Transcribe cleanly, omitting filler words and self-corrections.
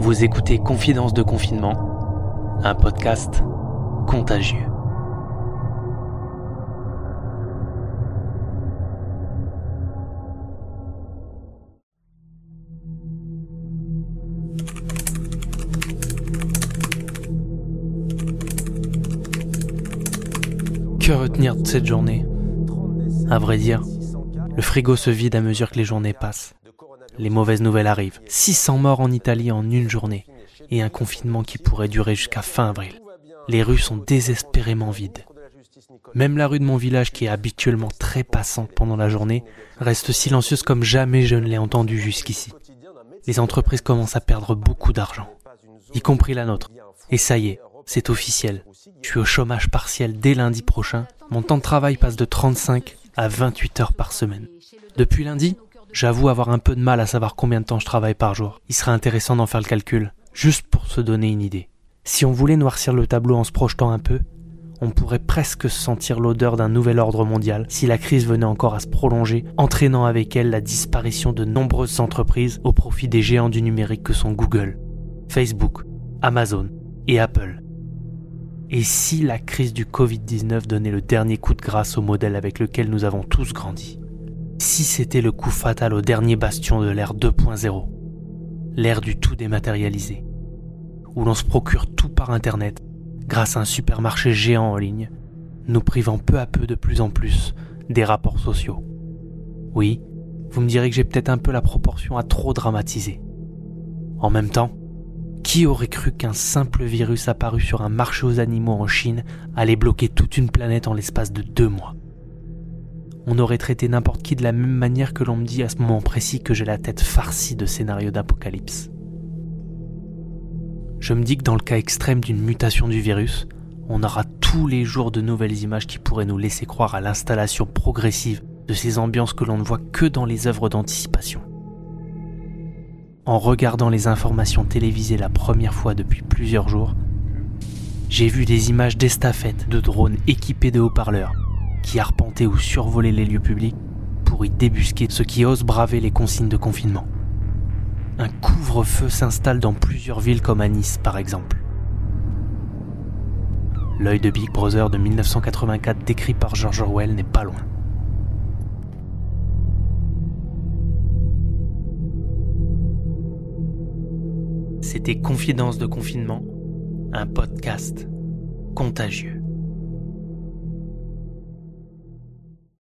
Vous écoutez Confidence de confinement, un podcast contagieux. Que retenir de cette journée ? À vrai dire, le frigo se vide à mesure que les journées passent. Les mauvaises nouvelles arrivent. 600 morts en Italie en une journée et un confinement qui pourrait durer jusqu'à fin avril. Les rues sont désespérément vides. Même la rue de mon village, qui est habituellement très passante pendant la journée, reste silencieuse comme jamais je ne l'ai entendue jusqu'ici. Les entreprises commencent à perdre beaucoup d'argent, y compris la nôtre. Et ça y est, c'est officiel. Je suis au chômage partiel dès lundi prochain. Mon temps de travail passe de 35 à 28 heures par semaine. Depuis lundi, j'avoue avoir un peu de mal à savoir combien de temps je travaille par jour. Il serait intéressant d'en faire le calcul, juste pour se donner une idée. Si on voulait noircir le tableau en se projetant un peu, on pourrait presque sentir l'odeur d'un nouvel ordre mondial si la crise venait encore à se prolonger, entraînant avec elle la disparition de nombreuses entreprises au profit des géants du numérique que sont Google, Facebook, Amazon et Apple. Et si la crise du Covid-19 donnait le dernier coup de grâce au modèle avec lequel nous avons tous grandi ? Si c'était le coup fatal au dernier bastion de l'ère 2.0, l'ère du tout dématérialisé, où l'on se procure tout par Internet, grâce à un supermarché géant en ligne, nous privant peu à peu de plus en plus des rapports sociaux. Oui, vous me direz que j'ai peut-être un peu la proportion à trop dramatiser. En même temps, qui aurait cru qu'un simple virus apparu sur un marché aux animaux en Chine allait bloquer toute une planète en l'espace de 2 mois ? On aurait traité n'importe qui de la même manière que l'on me dit à ce moment précis que j'ai la tête farcie de scénarios d'apocalypse. Je me dis que dans le cas extrême d'une mutation du virus, on aura tous les jours de nouvelles images qui pourraient nous laisser croire à l'installation progressive de ces ambiances que l'on ne voit que dans les œuvres d'anticipation. En regardant les informations télévisées la première fois depuis plusieurs jours, j'ai vu des images d'estafettes de drones équipés de haut-parleurs qui arpentaient ou survolaient les lieux publics pour y débusquer ceux qui osent braver les consignes de confinement. Un couvre-feu s'installe dans plusieurs villes comme à Nice par exemple. L'œil de Big Brother de 1984 décrit par George Orwell n'est pas loin. C'était Confidence de confinement, un podcast contagieux.